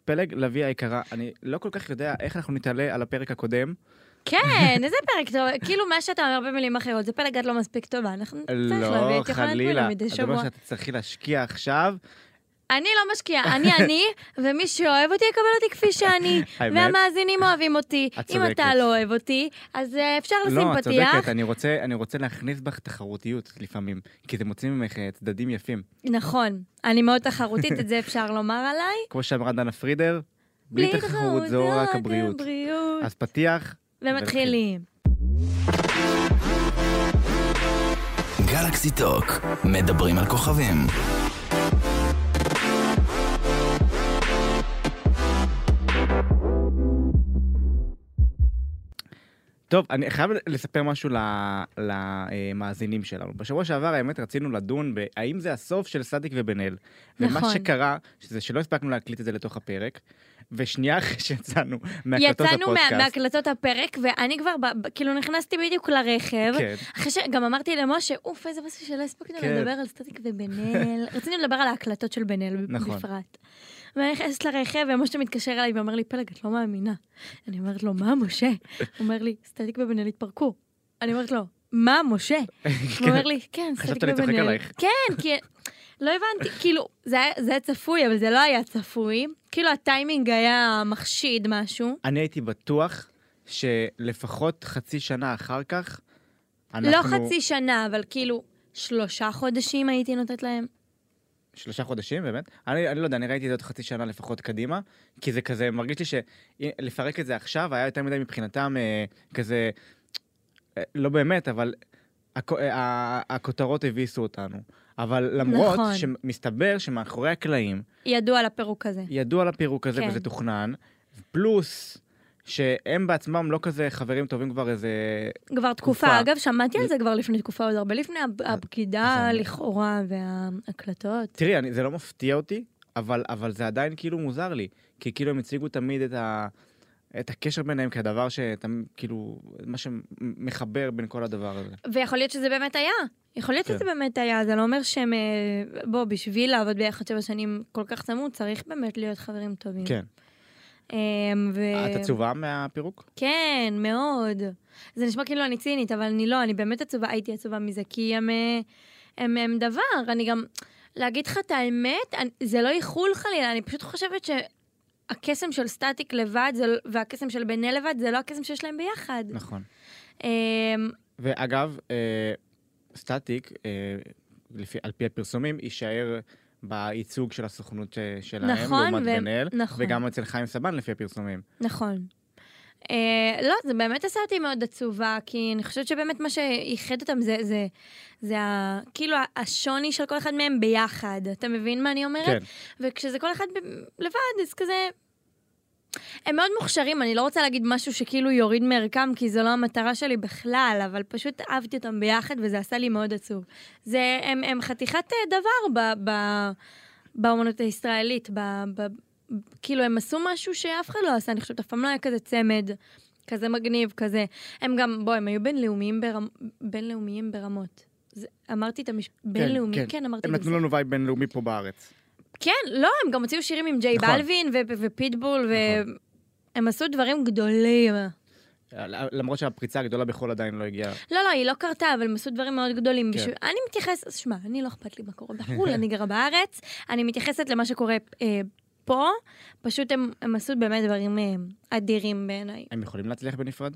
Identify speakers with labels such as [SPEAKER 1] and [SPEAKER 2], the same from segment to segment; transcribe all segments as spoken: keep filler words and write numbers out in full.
[SPEAKER 1] פלג לוי היקרה, אני לא כל כך יודע איך אנחנו נתעלה על הפרק הקודם.
[SPEAKER 2] כן, איזה פרק טוב. כאילו מה שאתה אומר במילים אחרות, זה פלג את לא מספיק טובה. אנחנו צריך להביא את יוחנן פולי מדי שבוע.
[SPEAKER 1] הדבר שאתה צריכי להשקיע עכשיו.
[SPEAKER 2] אני לא משקיעה, אני אני, ומי שאוהב אותי יקבל אותי כפי שאני, והמאזינים אוהבים אותי. אם אתה לא אוהב אותי, אז אפשר לשים פתיח.
[SPEAKER 1] לא, את צודקת, אני רוצה, אני רוצה להכניס בך תחרותיות לפעמים, כי זה מוצאים ממך צדדים יפים.
[SPEAKER 2] נכון, אני מאוד תחרותית, את זה אפשר לומר עליי.
[SPEAKER 1] כמו שאמרה דנה פרידר, בלי תחרות זו רק הבריאות. אז פתיח.
[SPEAKER 2] ומתחילים.
[SPEAKER 3] גלקסי טוק, מדברים על כוכבים.
[SPEAKER 1] טוב, אני חייב לספר משהו למאזינים שלנו. בשבוע שעבר, האמת, רצינו לדון בהאם זה הסוף של סטטיק ובן-אל. ומה שקרה, שזה שלא הספקנו להקליט את זה לתוך הפרק, ושנייה אחרי שיצאנו מהקלטות הפודקאסט.
[SPEAKER 2] יצאנו מהקלטות הפרק, ואני כבר, כאילו נכנסתי בדיוק לרכב, אחרי שגם אמרתי למשה, אוף, איזה בסי שלא הספקנו לדבר על סטטיק ובן-אל. רצינו לדבר על ההקלטות של בן-אל בפרט. ואני נכנסת לרכב, ומשה מתקשר אליי ואומר לי, פלג, את לא מאמינה. אני אומרת לו, מה, משה? הוא אומר לי, סטטיק ובן-אל התפרקו. אני אומרת לו, מה, משה? הוא אומר לי, כן, סטטיק ובן-אל. כן, כי לא הבנתי, כאילו, זה היה צפוי, אבל זה לא היה צפוי. כאילו, הטיימינג היה מחשיד משהו.
[SPEAKER 1] אני הייתי בטוח שלפחות חצי שנה אחר כך, אנחנו...
[SPEAKER 2] לא חצי שנה, אבל כאילו, שלושה חודשים הייתי נותנת להם.
[SPEAKER 1] שלושה חודשים, באמת? אני, אני לא יודע, אני ראיתי את זה עוד חצי שנה לפחות קדימה, כי זה כזה, מרגיש לי שלפרק את זה עכשיו, היה יותר מדי מבחינתם אה, כזה, אה, לא באמת, אבל הכ, אה, הכותרות הביסו אותנו. אבל למרות נכון. שמסתבר שמאחורי הקלעים...
[SPEAKER 2] ידעו על הפירוק הזה.
[SPEAKER 1] ידעו על הפירוק הזה, כן. וזה תוכנן, פלוס... שהם בעצמם לא כזה חברים טובים כבר איזה...
[SPEAKER 2] כבר תקופה. תקופה. אגב, שמעתי על זה כבר לפני תקופה, עוד הרבה לפני הפקידה לכאורה וההקלטות.
[SPEAKER 1] תראי, אני, זה לא מפתיע אותי, אבל, אבל זה עדיין כאילו מוזר לי, כי כאילו הם הציגו תמיד את, ה, את הקשר ביניהם כדבר שאתה, כאילו, מה שמחבר בין כל הדבר הזה.
[SPEAKER 2] ויכול להיות שזה באמת היה. יכול להיות כן. שזה באמת היה. זה לא אומר שהם, בוא, בשביל לעבוד ביחד שבע שנים כל כך צמוד, צריך באמת להיות חברים טובים.
[SPEAKER 1] כן. את עצובה מהפירוק?
[SPEAKER 2] כן, מאוד. זה נשמע כאילו אני צינית, אבל אני לא, אני באמת עצובה, הייתי עצובה מזה, כי הם, הם, הם דבר, אני גם, להגיד לך את האמת, זה לא יחול חלילה, אני פשוט חושבת שהקסם של סטטיק לבד, והקסם של בן-אל לבד, זה לא הקסם שיש להם ביחד.
[SPEAKER 1] נכון. ואגב, סטטיק, על פי הפרסומים, יישאר... בייצוג של הסוכנות שלהם,
[SPEAKER 2] נכון,
[SPEAKER 1] לעומת
[SPEAKER 2] ו...
[SPEAKER 1] בן-אל,
[SPEAKER 2] נכון.
[SPEAKER 1] וגם אצל חיים סבן לפי הפרסומים.
[SPEAKER 2] נכון. אה, לא, זה באמת עשה אותי מאוד עצובה, כי אני חושבת שבאמת מה שיחד אותם זה, זה, זה ה, כאילו השוני של כל אחד מהם ביחד. אתה מבין מה אני אומרת?
[SPEAKER 1] כן.
[SPEAKER 2] וכשזה כל אחד ב... לבד, אז כזה... הם מאוד מוכשרים, אני לא רוצה להגיד משהו שכאילו יוריד מערכם, כי זו לא המטרה שלי בכלל, אבל פשוט אהבתי אותם ביחד, וזה עשה לי מאוד עצוב. זה, הם, הם חתיכת דבר ב, ב, באמנות הישראלית, ב, ב, כאילו הם עשו משהו שאף אחד לא עשה, אני חושבת, אף פעם לא היה כזה צמד, כזה מגניב, כזה. הם גם, בוא, הם היו בינלאומיים, ברמ, בינלאומיים ברמות. זה, אמרתי את המשפט, כן, בינלאומי, כן, כן אמרתי
[SPEAKER 1] הם נתנו לנו וייב בינלאומי פה בארץ.
[SPEAKER 2] כן, לא, הם גם הוציאו שירים עם ג'יי נכון. בלווין ו- ופיטבול, נכון. והם עשו דברים גדולים.
[SPEAKER 1] למרות שהפריצה הגדולה בכל עדיין לא הגיעה.
[SPEAKER 2] לא, לא, היא לא קרתה, אבל הם עשו דברים מאוד גדולים. כן. בשביל... אני מתייחסת, אז שמה, אני לא אכפת לי מה קורה בחול, אני גרה בארץ, אני מתייחסת למה שקורה אה, פה, פשוט הם, הם עשו באמת דברים אה, אדירים בעיניי.
[SPEAKER 1] הם יכולים להצליח בנפרד?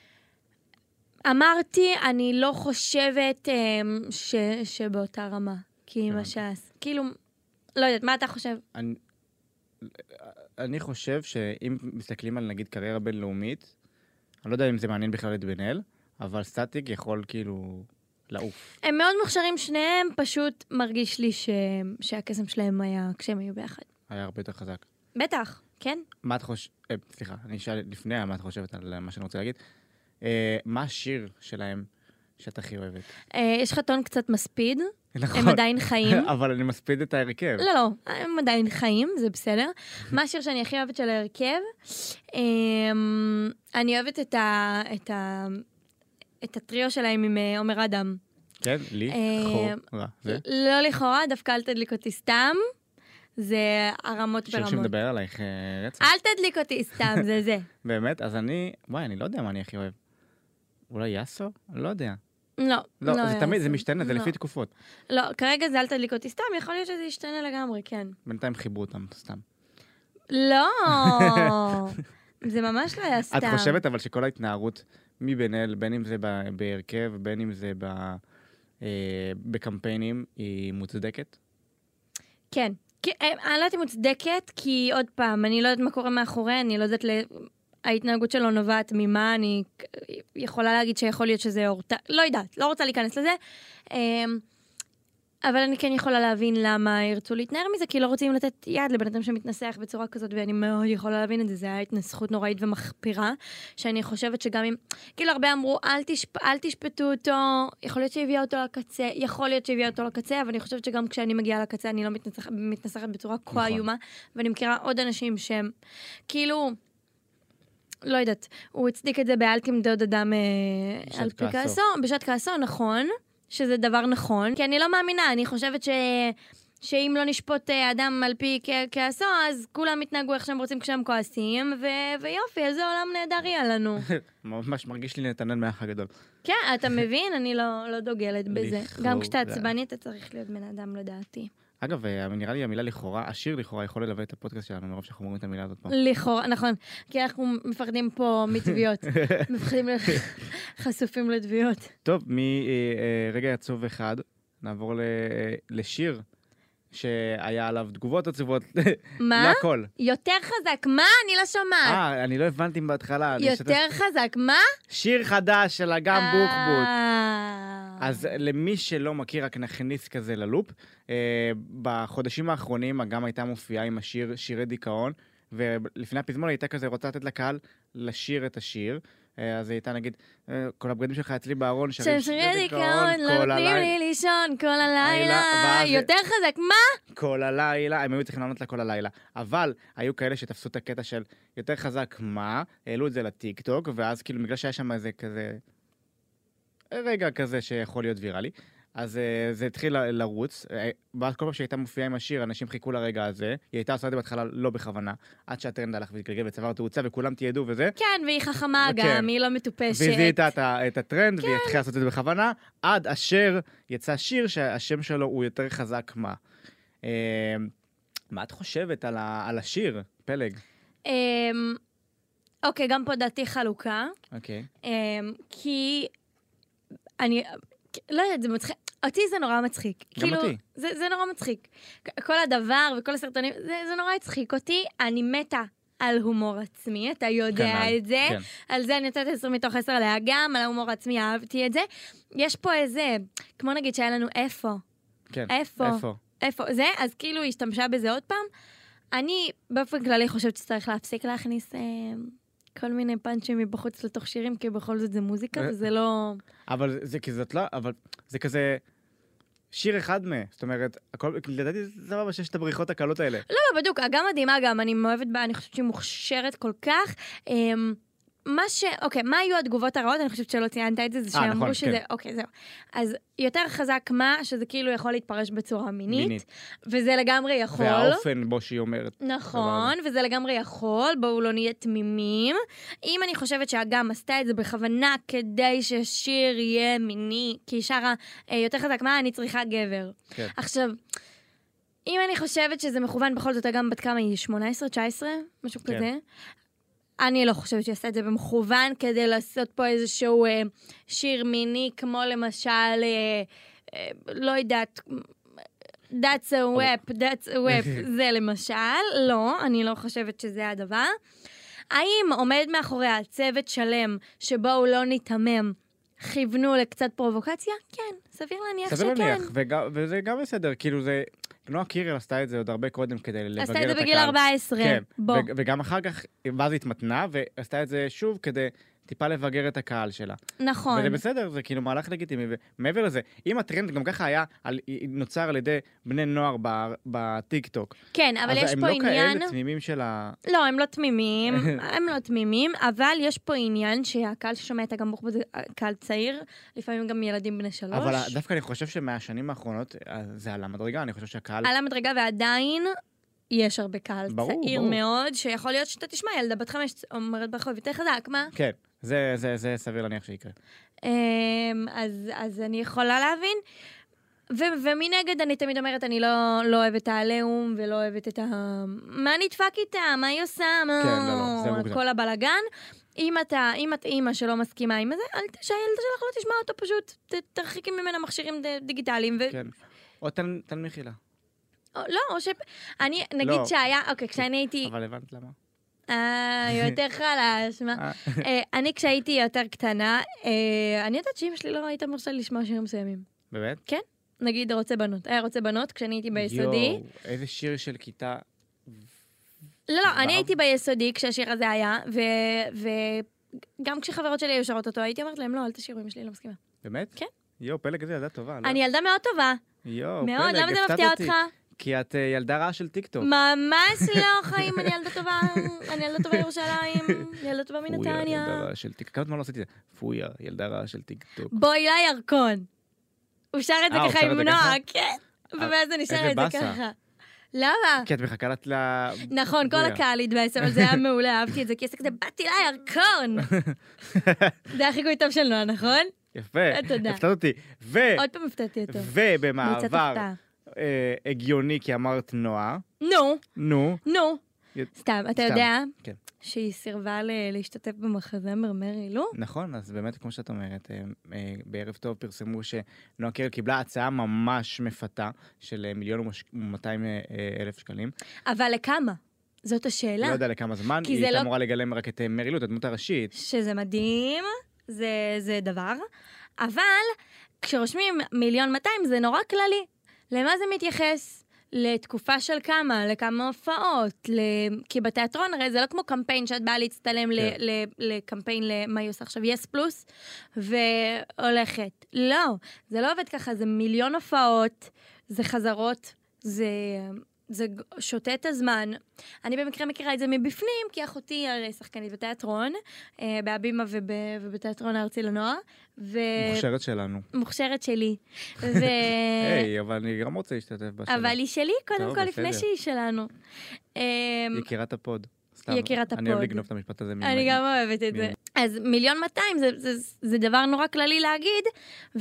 [SPEAKER 2] אמרתי, אני לא חושבת אה, ש- שבאותה רמה, כי מה שעש, כאילו... לא יודעת, מה אתה חושב?
[SPEAKER 1] אני, אני חושב שאם מסתכלים על נגיד קריירה בינלאומית, אני לא יודע אם זה מעניין בכלל את בן-אל, אבל סטטיק יכול כאילו לעוף.
[SPEAKER 2] הם מאוד מוכשרים שניהם, פשוט מרגיש לי ש... שהקסם שלהם היה כשהם היו ביחד.
[SPEAKER 1] היה הרבה יותר חזק.
[SPEAKER 2] בטח, כן?
[SPEAKER 1] מה את חושבת, אה, סליחה, אני אשאל לפני מה את חושבת על מה שאני רוצה להגיד. אה, מה השיר שלהם שאת הכי אוהבת?
[SPEAKER 2] אה, יש לך טון קצת מספיד.
[SPEAKER 1] נכון.
[SPEAKER 2] הם עדיין חיים.
[SPEAKER 1] אבל אני מספיד את ההרכב.
[SPEAKER 2] לא, לא, הם עדיין חיים, זה בסדר. מה השיר שאני הכי אוהבת של ההרכב? אני אוהבת את ה... את ה... את הטריו שלהם עם עומר אדם.
[SPEAKER 1] כן, לי? חורה.
[SPEAKER 2] לא לכאורה, דווקא אל תדליק אותי סתם. זה הרמות
[SPEAKER 1] שיר
[SPEAKER 2] ברמות.
[SPEAKER 1] שמדבר עלייך רצח.
[SPEAKER 2] אל תדליק אותי סתם, זה זה.
[SPEAKER 1] באמת? אז אני, וואי, אני לא יודע מה אני הכי אוהב. אולי יאסו? לא יודע.
[SPEAKER 2] לא,
[SPEAKER 1] לא, זה תמיד, זה משתנה, זה לפי תקופות.
[SPEAKER 2] לא, כרגע זה אל תדליק אותי סתם, יכול להיות שזה ישתנה לגמרי, כן.
[SPEAKER 1] בינתיים חיברו אותם, סתם.
[SPEAKER 2] לא, זה ממש לא היה סתם.
[SPEAKER 1] את חושבת אבל שכל ההתנערות מבן-אל, בין אם זה בהרכב, בין אם זה בקמפיינים, היא מוצדקת?
[SPEAKER 2] כן. אני לא יודעת אם מוצדקת, כי עוד פעם, אני לא יודעת מה קורה מאחורי, אני לא יודעת ההתנהגות שלו נובעת ממה, אני יכולה להגיד שיכול להיות שזה אורטה, לא יודעת, לא רוצה להיכנס לזה, אבל אני כן יכולה להבין למה ירצו להתנער מזה, כי לא רוצים לתת יד לבן אדם שמתנסח בצורה כזאת, ואני מאוד יכולה להבין את זה, זה היה התנסחות נוראית ומחפירה, שאני חושבת שגם אם, כאילו הרבה אמרו, אל, תשפ, אל תשפטו אותו, יכול להיות שהביאה אותו לקצה, יכול להיות שהביאה אותו לקצה, אבל אני חושבת שגם כשאני מגיעה לקצה, אני לא מתנסח, מתנסחת בצורה כה איומה, ואני מכירה עוד אנשים שהם, כאילו, לא יודעת, הוא הצדיק את זה באל תמדוד אדם על פי כעסו, בשעת כעסו, נכון, שזה דבר נכון, כי אני לא מאמינה, אני חושבת ש... שאם לא נשפוט אדם על פי כעסו, אז כולם יתנהגו איך שהם רוצים כשהם כועסים, ו... ויופי, איזה עולם נהדר יהיה לנו.
[SPEAKER 1] ממש מרגיש לי נתנן מאח הגדול.
[SPEAKER 2] כן, אתה מבין? אני לא, לא דוגלת בזה. גם כשאתה עצבני, אתה צריך להיות בן אדם, לדעתי.
[SPEAKER 1] אגב, נראה לי המילה לכאורה, השיר לכאורה יכול ללווה את הפודקאסט שלנו, מרוב שאנחנו אומרים את המילה הזאת פה.
[SPEAKER 2] לכאורה, נכון. כי אנחנו מפחדים פה מתביעות. מפחדים חשופים לתביעות.
[SPEAKER 1] טוב, מרגע עצוב אחד, נעבור לשיר שהיה עליו תגובות עצובות.
[SPEAKER 2] מה?
[SPEAKER 1] לכל.
[SPEAKER 2] יותר חזק, מה? אני לא שומעת.
[SPEAKER 1] אה, אני לא הבנתי בהתחלה.
[SPEAKER 2] יותר חזק, מה?
[SPEAKER 1] שיר חדש של אגם בוחבוט. אז למי שלא מכיר, רק נכניס כזה ללופ. בחודשים האחרונים אגם הייתה מופיעה עם השיר שירי דיכאון, ולפני הפזמון הייתה כזה רוצה לתת לקהל לשיר את השיר. אז היא הייתה נגיד, כל הבגדים שלך אצלי בארון,
[SPEAKER 2] שרים שירי דיכאון, לא נותנים לי לישון כל הלילה, יותר חזק, מה?
[SPEAKER 1] כל הלילה, הם היו צריכים לענות לה כל הלילה. אבל היו כאלה שתפסו את הקטע של יותר חזק מה, העלו את זה לטיק טוק, ואז כאילו בגלל שהיה שם איזה כזה, רגע כזה שיכול להיות ויראלי, אז uh, זה התחיל לרוץ, ואז כל פעם שהייתה מופיעה עם השיר, אנשים חיכו לרגע הזה, היא הייתה עושה את זה בהתחלה לא בכוונה, עד שהטרנד הלך והתגלגל וצבר תאוצה, וכולם תיעדו וזה.
[SPEAKER 2] כן, והיא חכמה גם, כן. היא לא מטופשת.
[SPEAKER 1] והיא זיהתה את, את הטרנד, כן. והיא התחילה לעשות את זה בכוונה, עד אשר יצא שיר שהשם שלו הוא יותר חזק מה. Uh, מה את חושבת על, ה, על השיר, פלג?
[SPEAKER 2] Um, אוקיי, גם פה דעתי חלוקה.
[SPEAKER 1] אוקיי.
[SPEAKER 2] Um, כי אני... לא יודעת, זה מצחיק. אותי זה נורא מצחיק.
[SPEAKER 1] גם
[SPEAKER 2] כאילו,
[SPEAKER 1] אותי.
[SPEAKER 2] זה, זה נורא מצחיק. כל הדבר וכל הסרטונים, זה, זה נורא הצחיק אותי. אני מתה על הומור עצמי, אתה יודע כן, את זה. כן. על זה אני נותנת עשר מתוך עשר לאגם, על ההומור העצמי אהבתי את זה. יש פה איזה, כמו נגיד שהיה לנו איפה.
[SPEAKER 1] כן,
[SPEAKER 2] איפה.
[SPEAKER 1] איפה.
[SPEAKER 2] איפה. זה, אז כאילו היא השתמשה בזה עוד פעם. אני באופן כללי חושבת שצריך להפסיק להכניס... אה, כל מיני פאנצ'ים מבחוץ לתוך שירים, כי בכל זאת זה מוזיקה, וזה לא...
[SPEAKER 1] אבל זה כי זאת לא, אבל זה כזה שיר אחד מה, זאת אומרת, הכל, לדעתי זה סבבה שיש את הבריחות הקלות האלה.
[SPEAKER 2] לא, לא, בדיוק, גם מדהימה גם, אני מאוהבת בה, אני חושבת שהיא מוכשרת כל כך. מה ש... אוקיי, מה היו התגובות הרעות? אני חושבת שלא ציינת את זה, זה שאמרו
[SPEAKER 1] נכון,
[SPEAKER 2] שזה...
[SPEAKER 1] כן.
[SPEAKER 2] אוקיי, זהו. אז יותר חזק מה, שזה כאילו יכול להתפרש בצורה מינית, מינית. וזה לגמרי יכול.
[SPEAKER 1] והאופן בו שהיא אומרת.
[SPEAKER 2] נכון, וזה לגמרי יכול, בואו לא נהיה תמימים. אם אני חושבת שאגם עשתה את זה בכוונה כדי ששיר יהיה מיני, כי שרה יותר חזק מה, אני צריכה גבר.
[SPEAKER 1] כן.
[SPEAKER 2] עכשיו... אם אני חושבת שזה מכוון בכל זאת, אגם בת כמה היא? שמונה עשרה, תשע עשרה? משהו כן. כזה. אני לא חושבת שעשה את זה במכוון, כדי לעשות פה איזשהו אה, שיר מיני, כמו למשל, אה, אה, לא יודעת, that's a web, that's a web, זה למשל. לא, אני לא חושבת שזה הדבר. האם עומד מאחורי הצוות שלם, שבו הוא לא נתמם, כיוונו לקצת פרובוקציה? כן, סביר להניח
[SPEAKER 1] סביר
[SPEAKER 2] שכן.
[SPEAKER 1] להניח, וג... וזה גם בסדר, כאילו זה... נועה קירל עשתה את זה עוד הרבה קודם כדי לבגר את הקהל.
[SPEAKER 2] עשתה את זה בגיל ארבע עשרה,
[SPEAKER 1] כן.
[SPEAKER 2] בוא.
[SPEAKER 1] ו- וגם אחר כך, ואז היא התמתנה, ועשתה את זה שוב כדי טיפה לבגר את הקהל שלה.
[SPEAKER 2] נכון.
[SPEAKER 1] וזה בסדר, זה כאילו מהלך לגיטימי. ומעבר לזה, אם הטרנד גם ככה היה, על, נוצר על ידי בני נוער בטיק טוק.
[SPEAKER 2] כן, אבל יש פה עניין...
[SPEAKER 1] אז הם לא כאלה תמימים של ה...
[SPEAKER 2] לא, הם לא תמימים, הם לא תמימים, אבל יש פה עניין שהקהל ששומע את אגם בוחבוט זה קהל צעיר, לפעמים גם ילדים בני שלוש.
[SPEAKER 1] אבל דווקא אני חושב שמהשנים האחרונות זה על המדרגה, אני חושב שהקהל...
[SPEAKER 2] על המדרגה ועדיין יש הרבה קהל
[SPEAKER 1] ברור,
[SPEAKER 2] צעיר
[SPEAKER 1] ברור.
[SPEAKER 2] מאוד, שיכול להיות שאתה תשמע, ילדה בת חמש אומרת ברחוב יותר חזק, מה?
[SPEAKER 1] כן, זה, זה, זה סביר להניח שיקרה.
[SPEAKER 2] אז, אז אני יכולה להבין. ו- ומנגד אני תמיד אומרת, אני לא, לא אוהבת את העליהום, ולא אוהבת את ה... מה נדפק איתה? מה היא עושה? מה...
[SPEAKER 1] כן, לא, לא, זה מוגזם.
[SPEAKER 2] כל הבלגן. אם אתה, אם את אימא שלא מסכימה עם זה, אל ת- שהילדה שלך לא תשמע אותו פשוט. ת- תרחיקי ממנה מכשירים ד- דיגיטליים. ו...
[SPEAKER 1] כן. או תל, תלמיכי לה.
[SPEAKER 2] או, לא, או ש... אני, נגיד
[SPEAKER 1] לא.
[SPEAKER 2] שהיה, אוקיי, כשאני הייתי...
[SPEAKER 1] אבל הבנת למה?
[SPEAKER 2] אה, יותר חלש, מה? אה, אני כשהייתי יותר קטנה, אה, אני יודעת שאמא שלי לא הייתה מרשה לשמוע שירים מסוימים.
[SPEAKER 1] באמת?
[SPEAKER 2] כן? נגיד רוצה בנות. היה רוצה בנות כשאני הייתי ביסודי.
[SPEAKER 1] יואו, איזה שיר של כיתה...
[SPEAKER 2] לא, לא, אני הייתי ביסודי כשהשיר הזה היה, וגם כשחברות שלי היו שרות אותו, הייתי אומרת להם, לא, אל תשירו, אמא שלי לא מסכימה.
[SPEAKER 1] באמת?
[SPEAKER 2] כן.
[SPEAKER 1] יואו, פלג איזה ילדה טובה. לא?
[SPEAKER 2] אני ילדה מאוד טובה.
[SPEAKER 1] יואו, פלג,
[SPEAKER 2] מאוד, למה זה
[SPEAKER 1] הפתעת
[SPEAKER 2] מפתיע
[SPEAKER 1] אותי.
[SPEAKER 2] אותך?
[SPEAKER 1] כי את אה, ילדה רעה של טיקטוק.
[SPEAKER 2] ממש לא, חיים, אני ילדה טובה. אני ילדה טובה ירושלים, ילדה טובה
[SPEAKER 1] פויה,
[SPEAKER 2] מנתניה.
[SPEAKER 1] ילדה רעה של טיקטוק. כמה זמן לא עשיתי את זה? פויה, ילדה רעה של טיקטוק.
[SPEAKER 2] בואי לה ירקון. הוא שר את זה
[SPEAKER 1] אה, הוא
[SPEAKER 2] ככה
[SPEAKER 1] שר
[SPEAKER 2] עם
[SPEAKER 1] את זה
[SPEAKER 2] נועה,
[SPEAKER 1] ככה?
[SPEAKER 2] כן. ומאז אני שרה
[SPEAKER 1] איזה
[SPEAKER 2] את זה
[SPEAKER 1] באסה.
[SPEAKER 2] ככה. למה?
[SPEAKER 1] כי את מחכה לת... ל-
[SPEAKER 2] נכון, כל
[SPEAKER 1] בויה.
[SPEAKER 2] הקהל התבאס, אבל זה היה מעולה, אהבתי את זה, כי עסק זה, באתי לה ירקון. זה היה חיקוי טוב של נועה, נכון?
[SPEAKER 1] יפה,
[SPEAKER 2] תודה.
[SPEAKER 1] הפתעת אותי. ו...
[SPEAKER 2] עוד פעם הפתעתי אותו.
[SPEAKER 1] ובמעבר
[SPEAKER 2] ביצת הפתעה.
[SPEAKER 1] אה, הגיוני, כי אמרת נועה.
[SPEAKER 2] נו,
[SPEAKER 1] נו.
[SPEAKER 2] נו.
[SPEAKER 1] י-
[SPEAKER 2] סתם, אתה
[SPEAKER 1] סתם,
[SPEAKER 2] יודע
[SPEAKER 1] כן.
[SPEAKER 2] שהיא סירבה ל- להשתתף במחזמר מרי לו?
[SPEAKER 1] נכון, אז באמת, כמו שאת אומרת, אה, אה, בערב טוב פרסמו שנועה קירל קיבלה הצעה ממש מפתה של אה, מיליון ומאתיים אה, אלף שקלים.
[SPEAKER 2] אבל לכמה? זאת השאלה.
[SPEAKER 1] לא יודע לכמה זמן,
[SPEAKER 2] כי
[SPEAKER 1] היא
[SPEAKER 2] זה
[SPEAKER 1] הייתה
[SPEAKER 2] לא-
[SPEAKER 1] אמורה לגלם רק את אה, מרי לו, את הדמות הראשית.
[SPEAKER 2] שזה מדהים, זה, זה דבר, אבל כשרושמים מיליון מאתיים זה נורא כללי. למה זה מתייחס? לתקופה של כמה, לכמה הופעות, ל... כי בתיאטרון הרי זה לא כמו קמפיין שאת באה להצטלם
[SPEAKER 1] כן.
[SPEAKER 2] ל... ל... לקמפיין למה היא עושה עכשיו, יס פלוס, והולכת. לא, זה לא עובד ככה, זה מיליון הופעות, זה חזרות, זה... זה שותה את הזמן. אני במקרה מכירה את זה מבפנים, כי אחותי הרי שחקנית בתיאטרון, אה, בהבימה וב, ובתיאטרון הארצי לנוער, ו...
[SPEAKER 1] מוכשרת שלנו.
[SPEAKER 2] מוכשרת שלי. ו...
[SPEAKER 1] היי, אבל אני גם רוצה להשתתף בשלב.
[SPEAKER 2] אבל היא שלי, קודם
[SPEAKER 1] טוב,
[SPEAKER 2] כל, לפני
[SPEAKER 1] בסדר.
[SPEAKER 2] שהיא שלנו. אמ,
[SPEAKER 1] יקירת הפוד. סתם,
[SPEAKER 2] יקירת
[SPEAKER 1] אני אוהב
[SPEAKER 2] הפוד.
[SPEAKER 1] לגנוב את המשפט הזה.
[SPEAKER 2] אני
[SPEAKER 1] ממני.
[SPEAKER 2] גם אוהבת את זה.
[SPEAKER 1] מי?
[SPEAKER 2] אז מיליון מאתיים זה, זה, זה דבר נורא כללי להגיד, ו...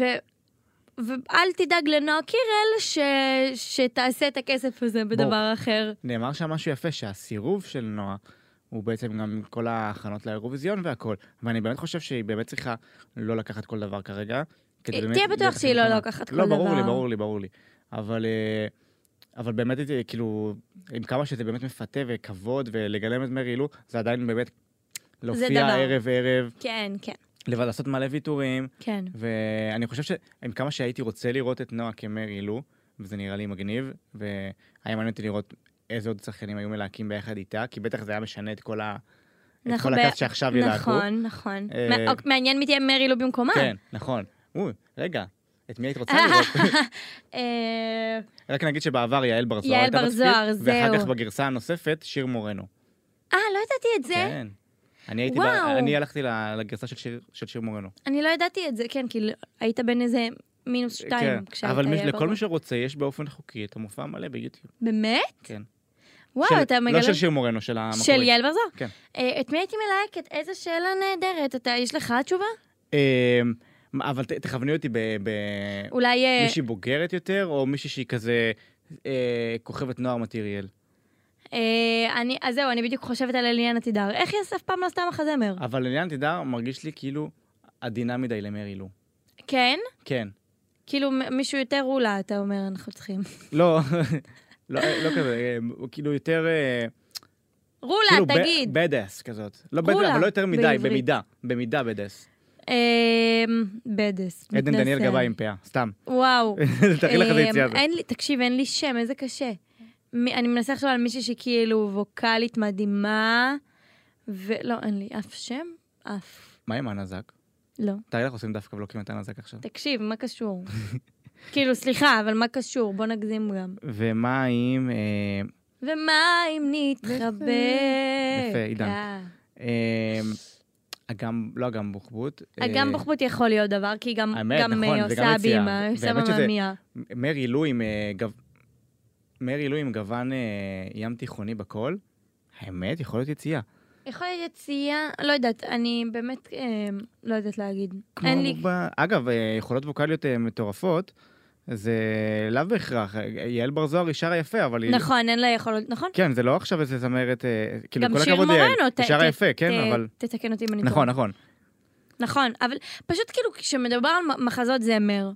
[SPEAKER 2] ואל תדאג לנועה קירל ש... שתעשה את הכסף הזה בדבר אחר.
[SPEAKER 1] נאמר שם משהו יפה, שהסירוב של נועה, הוא בעצם גם כל ההכנות לאירוויזיון והכל. ואני באמת חושב שהיא באמת צריכה לא לקחת כל דבר כרגע. כדי באמת
[SPEAKER 2] תהיה בטוח
[SPEAKER 1] להיות
[SPEAKER 2] שהיא לא
[SPEAKER 1] נכונה.
[SPEAKER 2] לוקחת כל
[SPEAKER 1] לא, ברור
[SPEAKER 2] דבר.
[SPEAKER 1] לי, ברור לי, ברור לי. אבל, אה, אבל באמת, אה, כאילו, עם כמה שזה באמת מפתה וכבוד ולגלם את מרי לו, זה עדיין באמת להופיע
[SPEAKER 2] דבר.
[SPEAKER 1] ערב ערב,
[SPEAKER 2] כן, כן,
[SPEAKER 1] לבד לעשות מלא ויתורים.
[SPEAKER 2] כן.
[SPEAKER 1] ואני חושב שעם כמה שהייתי רוצה לראות את נועה כמרי לו, וזה נראה לי מגניב, והיה מעניין אותי לראות איזה עוד שחקנים היו מלהקים ביחד איתה, כי בטח זה היה משנה את כל ה... את
[SPEAKER 2] נכון,
[SPEAKER 1] כל
[SPEAKER 2] ב-
[SPEAKER 1] הקאסט שעכשיו ילהקו.
[SPEAKER 2] נכון, נכון.
[SPEAKER 1] אה,
[SPEAKER 2] מע- אוק, מעניין מי תהיה מרי לו במקומה.
[SPEAKER 1] כן, נכון. אוי, רגע, את מי היית רוצה לראות?
[SPEAKER 2] אה,
[SPEAKER 1] רק נגיד שבעבר יעל בר זוהר
[SPEAKER 2] יעל
[SPEAKER 1] הייתה
[SPEAKER 2] בר
[SPEAKER 1] בתפקיד,
[SPEAKER 2] זוהר,
[SPEAKER 1] ואחר
[SPEAKER 2] זהו.
[SPEAKER 1] כך בגרסה הנוספת, שיר מורנו.
[SPEAKER 2] אה, לא ידעתי את זה?
[SPEAKER 1] כן. אני הייתי, ב-
[SPEAKER 2] וואו.
[SPEAKER 1] אני הלכתי ל- לגרסה של שיר- של שיר מורנו.
[SPEAKER 2] אני לא ידעתי את זה, כן, כי היית בין איזה מינוס שתיים.
[SPEAKER 1] כן,
[SPEAKER 2] כשהיית
[SPEAKER 1] אבל מי-
[SPEAKER 2] יעל בר
[SPEAKER 1] לכל מי
[SPEAKER 2] זוהר.
[SPEAKER 1] שרוצה, יש באופן חוקי את המופע מלא ביוטיוב.
[SPEAKER 2] באמת?
[SPEAKER 1] כן.
[SPEAKER 2] וואו,
[SPEAKER 1] של-
[SPEAKER 2] אתה מגלה...
[SPEAKER 1] לא של שיר מורנו, של המקורי.
[SPEAKER 2] של יעל בר זוהר.
[SPEAKER 1] כן.
[SPEAKER 2] אה, את מי הייתי מלהקת? איזה שאלה נהדרת. אתה, יש לך תשובה?
[SPEAKER 1] אמ, אבל ת- תכווני אותי
[SPEAKER 2] אולי... אה,
[SPEAKER 1] במישהי בוגרת יותר, או מישהי שהיא כזה אה, כוכבת נוער מטריאל.
[SPEAKER 2] אה, אני, אז זהו, אני בדיוק חושבת על אליאנה תידר. איך היא אף פעם לא עשתה מחזמר?
[SPEAKER 1] אבל אליאנה תידר מרגיש לי כאילו עדינה מדי למרי לו.
[SPEAKER 2] כן?
[SPEAKER 1] כן.
[SPEAKER 2] כאילו מ- מישהו יותר רולה, אתה אומר, אנחנו צריכים.
[SPEAKER 1] לא, לא לא כזה, אה, הוא כאילו יותר... אה,
[SPEAKER 2] רולה,
[SPEAKER 1] כאילו
[SPEAKER 2] תגיד.
[SPEAKER 1] בדס כזאת. לא
[SPEAKER 2] רולה,
[SPEAKER 1] בדס, אבל לא יותר מדי,
[SPEAKER 2] בעברית.
[SPEAKER 1] במידה. במידה בדס.
[SPEAKER 2] אה, בדס.
[SPEAKER 1] עדן דניאל
[SPEAKER 2] מתנשא.
[SPEAKER 1] גבאי עם פאה, סתם.
[SPEAKER 2] וואו.
[SPEAKER 1] תראי לך את
[SPEAKER 2] אה,
[SPEAKER 1] היציאה הזאת.
[SPEAKER 2] אין לי, תקשיב, אין לי שם, איזה קשה. מי- אני מנסה לחשוב על מישהי שכאילו ווקלית מדהימה, ולא, אין לי אף שם, אף.
[SPEAKER 1] מה עם הנזק?
[SPEAKER 2] לא.
[SPEAKER 1] תראי לך עושים דווקא ולוקים את הנזק עכשיו.
[SPEAKER 2] תקשיב, מה קשור? כאילו, סליחה, אבל מה קשור? בוא נגזים גם.
[SPEAKER 1] ומה עם... אה,
[SPEAKER 2] ומה אם נתחבא?
[SPEAKER 1] יפה, עידן.
[SPEAKER 2] כן.
[SPEAKER 1] אה, אגם, לא אגם בוחבוט.
[SPEAKER 2] אגם
[SPEAKER 1] אה,
[SPEAKER 2] בוחבוט יכול להיות דבר, כי גם
[SPEAKER 1] האמת,
[SPEAKER 2] גם,
[SPEAKER 1] נכון,
[SPEAKER 2] אה,
[SPEAKER 1] זה גם
[SPEAKER 2] עושה
[SPEAKER 1] יציאה.
[SPEAKER 2] בימה, עושה
[SPEAKER 1] והאמת שזה-
[SPEAKER 2] מממיה.
[SPEAKER 1] מרי לו עם אה, גב... מרי אילו עם גוון ים תיכוני בכל, האמת, יכול להיות יציאה.
[SPEAKER 2] יכול להיות יציאה, לא יודעת, אני באמת לא יודעת להגיד. אין לי...
[SPEAKER 1] אגב, יכולות ווקליות מטורפות, זה לאו בהכרח. יעל בר זוהר היא שרה יפה, אבל...
[SPEAKER 2] נכון, אין לה יכולות, נכון?
[SPEAKER 1] כן, זה לא עכשיו איזה זמרת, כאילו, כל
[SPEAKER 2] הכבוד
[SPEAKER 1] יעל, היא שרה יפה, כן, אבל...
[SPEAKER 2] תתקן אותי אם אני טועה.
[SPEAKER 1] נכון, נכון.
[SPEAKER 2] נכון, אבל פשוט כאילו, כשמדובר על מחזות זמר,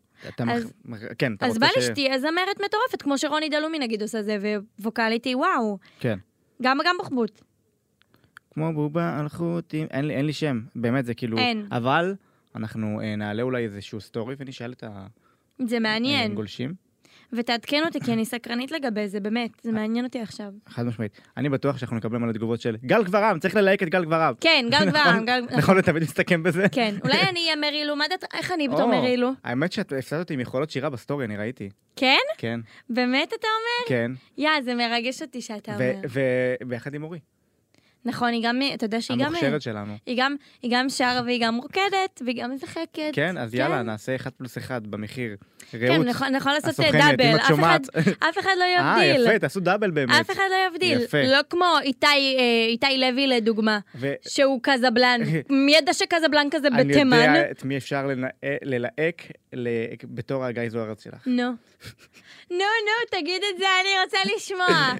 [SPEAKER 2] אז בא לי שתהיה זמרת מטורפת, כמו שרוני דלומי נגיד עושה זה, וווקלית היא וואו.
[SPEAKER 1] כן.
[SPEAKER 2] גם גם בחבוט.
[SPEAKER 1] כמו בובה על חוטים, אין לי שם, באמת זה כאילו...
[SPEAKER 2] אין.
[SPEAKER 1] אבל אנחנו נעלה אולי איזשהו סטורי ונשאל את ה...
[SPEAKER 2] זה מעניין.
[SPEAKER 1] גולשים.
[SPEAKER 2] ותעדכן אותי, כי אני סקרנית לגבי זה, באמת, זה מעניין אותי עכשיו.
[SPEAKER 1] חד משמעית. אני בטוח שאנחנו נקבל מלא תגובות של גל גברם, צריך ללהק את גל גברם.
[SPEAKER 2] כן, גל גברם.
[SPEAKER 1] נכון, ותמיד נסתכם בזה.
[SPEAKER 2] כן, אולי אני אהיה מרי אילו, איך אני בתור מרי אילו?
[SPEAKER 1] האמת שאת הפסדת אותי עם יכולות שירה בסטורי, אני ראיתי.
[SPEAKER 2] כן?
[SPEAKER 1] כן.
[SPEAKER 2] באמת אתה אומר?
[SPEAKER 1] כן.
[SPEAKER 2] יא, זה מרגש אותי שאתה אומר.
[SPEAKER 1] וביחד עם אורי.
[SPEAKER 2] נכון, היא גם, אתה יודע שהיא גם...
[SPEAKER 1] המוכשרת שלנו.
[SPEAKER 2] היא גם, היא גם שרה והיא גם רוקדת, והיא גם משחקת.
[SPEAKER 1] כן, אז יאללה, נעשה אחד פלוס אחד במחיר.
[SPEAKER 2] כן, נכון לעשות דאבל. אף אחד לא יבדיל.
[SPEAKER 1] אה, יפה, תעשו דאבל באמת.
[SPEAKER 2] אף אחד לא יבדיל. לא כמו איתי לוי לדוגמה, שהוא קזבלן. מי ידע שקזבלן כזה בתימן?
[SPEAKER 1] אני יודע את מי אפשר ללהק בתור הגיא זוארץ שלך.
[SPEAKER 2] נו. נו, נו, תגיד את זה, אני רוצה לשמוע.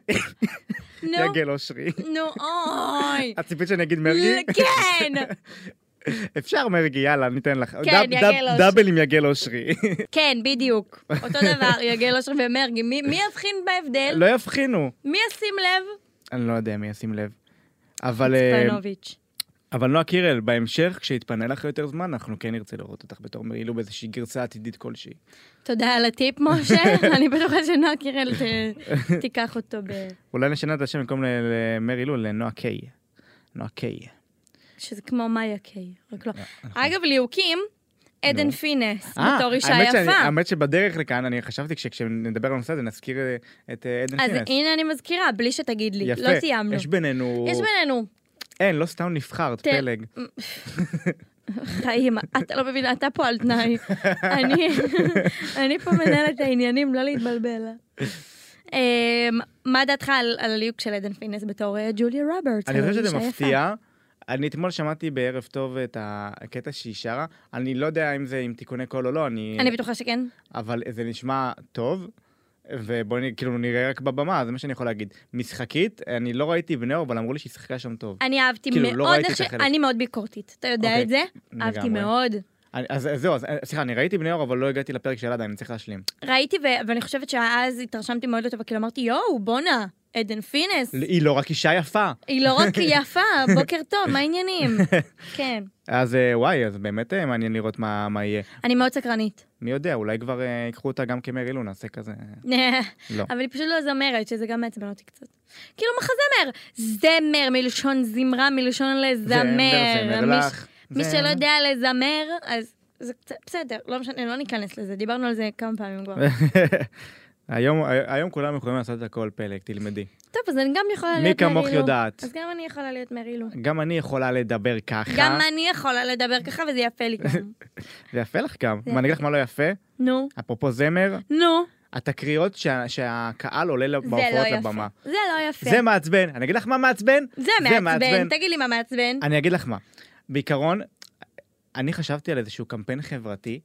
[SPEAKER 1] יגל אושרי.
[SPEAKER 2] נו, אוי.
[SPEAKER 1] הציפית שאני אגיד מרגי?
[SPEAKER 2] כן.
[SPEAKER 1] אפשר מרגי, יאללה, ניתן לך.
[SPEAKER 2] כן, יגל אושרי.
[SPEAKER 1] דאבל עם יגל אושרי.
[SPEAKER 2] כן, בדיוק. אותו דבר, יגל אושרי ומרגי. מי יבחין בהבדל?
[SPEAKER 1] לא יבחינו.
[SPEAKER 2] מי ישים לב?
[SPEAKER 1] אני לא יודע מי ישים לב. אבל...
[SPEAKER 2] צפנוביץ'.
[SPEAKER 1] אבל נועה קירל, בהמשך, כשהתפנה לך יותר זמן, אנחנו כן נרצה לראות אותך בתור מרי אילו באיזושהי גרסה עתידית כלשהי.
[SPEAKER 2] תודה על הטיפ, משה. אני בטוחה שנועה קירל תיקח אותו ב...
[SPEAKER 1] אולי נשנה את השם במקום למרי אילו, לנועה קיי. נועה קיי.
[SPEAKER 2] שזה כמו מאיה קיי, רק לא. אגב, ליהוקים, עדן פינס, בתור אישה יפה.
[SPEAKER 1] האמת שבדרך לכאן, אני חשבתי כשנדבר על הנושא הזה, נזכיר את עדן פינס.
[SPEAKER 2] אז הנה אני מזכירה, בלי שתגיד לי. לא סיימנו.
[SPEAKER 1] יש בינינו...
[SPEAKER 2] יש בינינו.
[SPEAKER 1] אין, לא סתם נבחרת, פלג.
[SPEAKER 2] חיים, אתה לא מבין, אתה פה על תנאי. אני פה מנהלת את העניינים, לא להתבלבל. מה דעתך על הליהוק של עדן פינס בתור ג'וליה רוברטס?
[SPEAKER 1] אני חושב שזה מפתיע. אני אתמול שמעתי בערב טוב את הקטע שהיא שרה. אני לא יודע אם זה עם תיקוני קול או לא.
[SPEAKER 2] אני בטוחה שכן.
[SPEAKER 1] אבל זה נשמע טוב. ובואי כאילו נראה רק בבמה, זה מה שאני יכול להגיד. משחקית, אני לא ראיתי בני אור, אבל אמרו לי שהיא שחקה שם טוב.
[SPEAKER 2] אני אהבתי מאוד, אני מאוד ביקורתית, אתה יודע את זה? אהבתי מאוד.
[SPEAKER 1] אז זהו, סליחה, אני ראיתי בני אור, אבל לא הגעתי לפרק של עדיין, אני צריך להשלים.
[SPEAKER 2] ראיתי, ואני חושבת שאז התרשמתי מאוד לטובה, כאילו אמרתי, יואו, בונה, עדן פינס.
[SPEAKER 1] היא לא רק אישה יפה.
[SPEAKER 2] היא לא רק יפה, בוקר טוב, מה העניינים? כן.
[SPEAKER 1] אז וואי, אז באמת מעניין לראות מה יהיה.
[SPEAKER 2] אני מאוד סקרנית.
[SPEAKER 1] מי יודע, אולי כבר ייקחו אותה גם כמרי אילו, נעשה כזה.
[SPEAKER 2] לא. אבל היא פשוט לא זמרת, שזה גם מעצבן אותי קצת. כאילו מחזמר. זמר, מלשון זמרה, מלשון לזמר.
[SPEAKER 1] זמר, זמר לך.
[SPEAKER 2] מי שלא יודע לזמר, אז זה קצת, בסדר, לא משנה, לא ניכנס לזה, דיברנו על זה כמה פעמים כבר.
[SPEAKER 1] היום, היום כולם יכולים לעשות את הכל פלג, תלמדי.
[SPEAKER 2] טוב, אז אני גם יכולה להיות
[SPEAKER 1] מרי אילו. מי כמוך יודעת.
[SPEAKER 2] אז גם אני יכולה להיות מרי אילו.
[SPEAKER 1] גם אני יכולה לדבר ככה.
[SPEAKER 2] גם אני יכולה לדבר ככה, וזה יפה לי גם.
[SPEAKER 1] זה יפה לך גם. מה, אני אגיד לך מה לא יפה?
[SPEAKER 2] נו.
[SPEAKER 1] אפרופו זמר.
[SPEAKER 2] נו.
[SPEAKER 1] התקריות שהקהל עולה בהופעות לבמה.
[SPEAKER 2] זה לא יפה.
[SPEAKER 1] זה מעצבן. אני אגיד לך מה מעצבן?
[SPEAKER 2] זה מעצבן. תגיד לי מה מעצבן.
[SPEAKER 1] אני אגיד לך מה. בעיקרון, אני חשבתי על איזשהו קמפיין חברתי,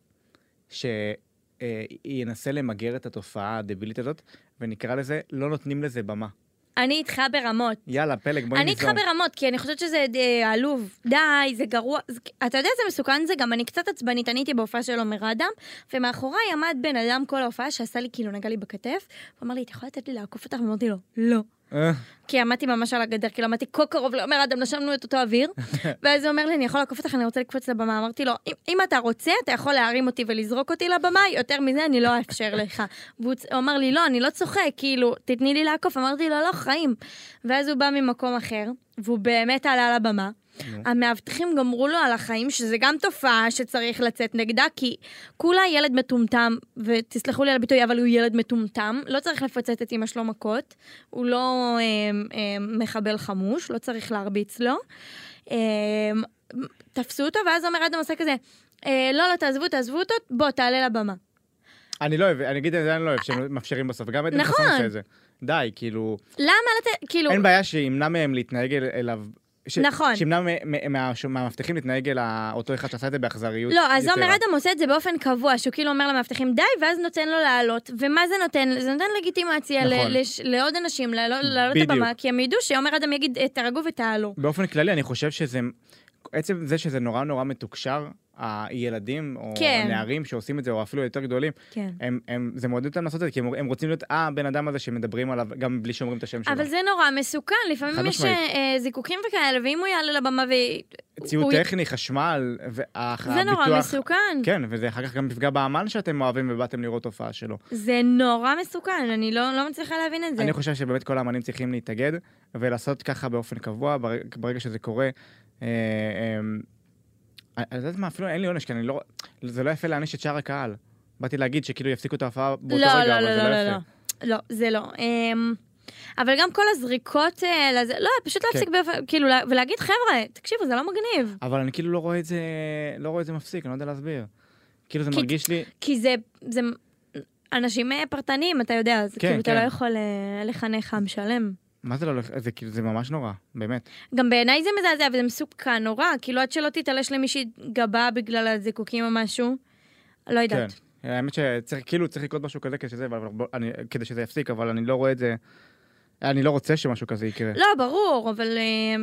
[SPEAKER 1] שינסה למגר את התופעה הדבילית הזאת, ונקרא לזה, לא נותנים לזה במה.
[SPEAKER 2] אני איתך ברמות.
[SPEAKER 1] יאללה, פלג, בואי ניזום.
[SPEAKER 2] אני איתך ברמות, כי אני חושבת שזה עלוב. די, זה גרוע. אתה יודע, זה מסוכן, זה גם אני קצת עצבנית, אני הייתי בהופעה של עומר אדם, ומאחוריי עמד בן אדם כל ההופעה שעשה לי, כאילו נגע לי בכתף, הוא אמר לי, אתה יכול לתת לי לעקוף אותך? ואמרתי לו, לא. כי עמדתי ממש על הגדר, כאילו עמדתי כה קרוב לעומר אדם, נשמנו את אותו אוויר, ואז הוא אומר לי, אני יכול לעקוף אותך, אני רוצה לקפוץ לבמה. אמרתי לו, אם אתה רוצה, אתה יכול להרים אותי ולזרוק אותי לבמה, יותר מזה אני לא אאפשר לך. והוא אמר לי, לא, אני לא צוחק, כאילו, תתני לי לעקוף. אמרתי לו, לא, חיים. ואז הוא בא ממקום אחר, והוא באמת עלה על הבמה. המאבטחים גמרו לו על החיים, שזה גם תופעה שצריך לצאת נגדה, כי כולה ילד מטומטם, ותסלחו לי על הביטוי, אבל הוא ילד מטומטם, לא צריך לפצט את אמא שלו מכות, הוא לא אה, אה, מחבל חמוש, לא צריך להרביץ לו. אה, תפסו אותו, ואז אומר אדם עושה כזה, אה, לא, לא, תעזבו, תעזבו אותו, בוא, תעלה לבמה.
[SPEAKER 1] אני לא אוהב, אני אגיד את זה, אני לא אוהב, שהם מאפשרים בסוף, גם עדן חסון עושה את זה. די, כאילו...
[SPEAKER 2] למה לתת, כאילו...
[SPEAKER 1] אין בעיה שימנע מהם להתנהג אליו... ש...
[SPEAKER 2] נכון.
[SPEAKER 1] שימנע מהמאבטחים להתנהג אל אותו אחד שעשה את זה באכזריות.
[SPEAKER 2] לא, אז עומר אדם עושה את זה באופן קבוע, שהוא כאילו אומר למאבטחים די, ואז נותן לו לעלות. ומה זה נותן? זה נותן לגיטימציה נכון. ל- לש- לעוד אנשים, לעלות את הבמה, כי הם ידעו שעומר אדם יגיד, תרגעו ותעלו.
[SPEAKER 1] באופן כללי, אני חושב שזה... עצם זה שזה נורא נורא מתוקשר, הילדים או כן. הנערים שעושים את זה, או אפילו יותר גדולים,
[SPEAKER 2] כן.
[SPEAKER 1] הם, הם, זה מעודד אותם לעשות את זה, כי הם, הם רוצים להיות, אה, בן אדם הזה שמדברים עליו, גם בלי שאומרים את השם שלו.
[SPEAKER 2] אבל זה נורא מסוכן, לפעמים יש אה, זיקוקים וכאלה, ואם הוא יעלה לבמה ו...
[SPEAKER 1] ציוד
[SPEAKER 2] הוא...
[SPEAKER 1] טכני, חשמל, והביטוח...
[SPEAKER 2] זה נורא מסוכן.
[SPEAKER 1] כן, וזה אחר כך גם מפגע באמן שאתם אוהבים ובאתם לראות תופעה שלו.
[SPEAKER 2] זה נורא מסוכן, אני לא, לא מצליחה להבין את זה.
[SPEAKER 1] אני חושב שבאמת כל האמנים צריכים להתאגד, ולעשות ככה באופן קבוע, ברגע שזה קורה, אה, אה, אני יודעת מה, אפילו אין לי עונש, כי אני לא... זה לא יפה להעניש את שאר הקהל. באתי להגיד שכאילו יפסיקו את ההופעה באותו
[SPEAKER 2] לא,
[SPEAKER 1] רגע,
[SPEAKER 2] לא,
[SPEAKER 1] אבל
[SPEAKER 2] לא,
[SPEAKER 1] זה לא,
[SPEAKER 2] לא,
[SPEAKER 1] לא
[SPEAKER 2] יפה. לא, לא, זה לא. אבל גם כל הזריקות, לא, פשוט להפסיק, כאילו, ולהגיד, חבר'ה, תקשיבו, זה לא מגניב.
[SPEAKER 1] אבל אני כאילו לא רואה את זה, לא רואה את זה מפסיק, אני לא יודע להסביר. כאילו זה מרגיש לי...
[SPEAKER 2] כי זה, זה אנשים פרטניים, אתה יודע, זה כאילו אתה לא יכול לחנך עם שלם.
[SPEAKER 1] מה זה לא, זה כאילו, זה ממש נורא, באמת.
[SPEAKER 2] גם בעיניי זה מזעזע, וזה מסוכן נורא, כאילו עד שלא תתעלש למישהי גבה בגלל הזיקוקים או משהו, לא יודעת.
[SPEAKER 1] כן, האמת שצריך, כאילו, צריך לקרות משהו כזה כדי שזה, אני, כדי שזה יפסיק, אבל אני לא רואה את זה, אני לא רוצה שמשהו כזה יקרה.
[SPEAKER 2] לא, ברור, אבל,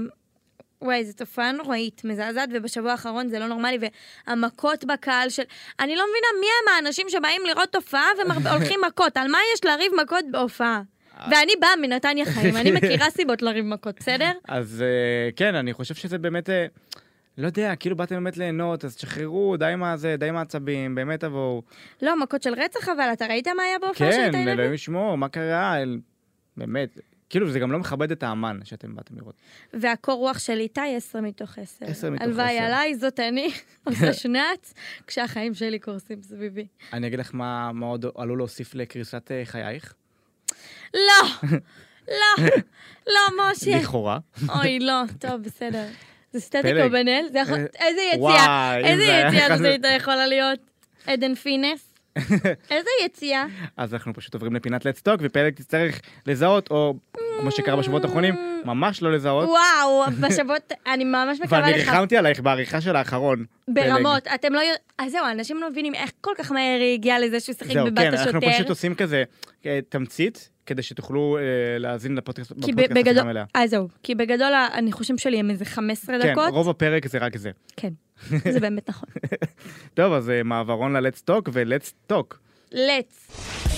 [SPEAKER 2] וואי, זו תופעה נוראית, מזעזעת, ובשבוע האחרון זה לא נורמלי, והמכות בקהל של, אני לא מבינה מי הם האנשים שבאים לראות תופעה והולכים מכות, על מה יש להריב מכות בהופעה? ואני באה מנתניה חיים, אני מכירה סיבות לריב מכות, בסדר?
[SPEAKER 1] אז כן, אני חושב שזה באמת, לא יודע, כאילו באתם באמת ליהנות, אז תשחררו, די מה זה, די מעצבים, באמת תבואו.
[SPEAKER 2] לא, מכות של רצח, אבל אתה ראית מה היה בהופעה של איתי לוי?
[SPEAKER 1] כן, אלוהים ישמור, מה קרה? באמת, כאילו זה גם לא מכבד את האמן שאתם באתם לראות.
[SPEAKER 2] והקור רוח של איתי, עשר מתוך עשר.
[SPEAKER 1] עשר מתוך עשר.
[SPEAKER 2] הלוואי עליי, זאת אני, עושה שנץ, כשהחיים שלי קורסים סביבי.
[SPEAKER 1] אני אגיד לך מה עוד עלול להוסיף לקריסת חייך?
[SPEAKER 2] לא, לא, לא, משה.
[SPEAKER 1] לכאורה.
[SPEAKER 2] אוי, לא, טוב, בסדר. זה סטטיק או בנאל? איזה יציאה, איזה יציאה זאת הייתה יכולה להיות? עדן פינס? איזה יציאה?
[SPEAKER 1] אז אנחנו פשוט עוברים לפינת לטסטוק, ופלג תצטרך לזהות, או כמו שקרה בשבועות האחרונים, ממש לא לזהות.
[SPEAKER 2] וואו, בשבועות, אני ממש מקווה לך.
[SPEAKER 1] ואני ריחמתי עלייך בעריכה של האחרון.
[SPEAKER 2] ברמות, אתם לא יודעים, אז זהו, אנשים לא מבינים איך כל כך מהר היא הגיעה לזה שהוא שחק בבת השוטר.
[SPEAKER 1] זהו, כן, אנחנו פשוט עושים כזה תמצית, כדי שתוכלו להאזין לפודקאסט שלכם אליה.
[SPEAKER 2] אז זהו, כי בגדול הניחושים שלי הם איזה חמש עשרה דקות.
[SPEAKER 1] כן, רוב הפרק זה רק זה.
[SPEAKER 2] כן, זה באמת נכון.
[SPEAKER 1] טוב, אז מעברון ל-Let's Talk ו-Let's Talk.
[SPEAKER 2] Let's.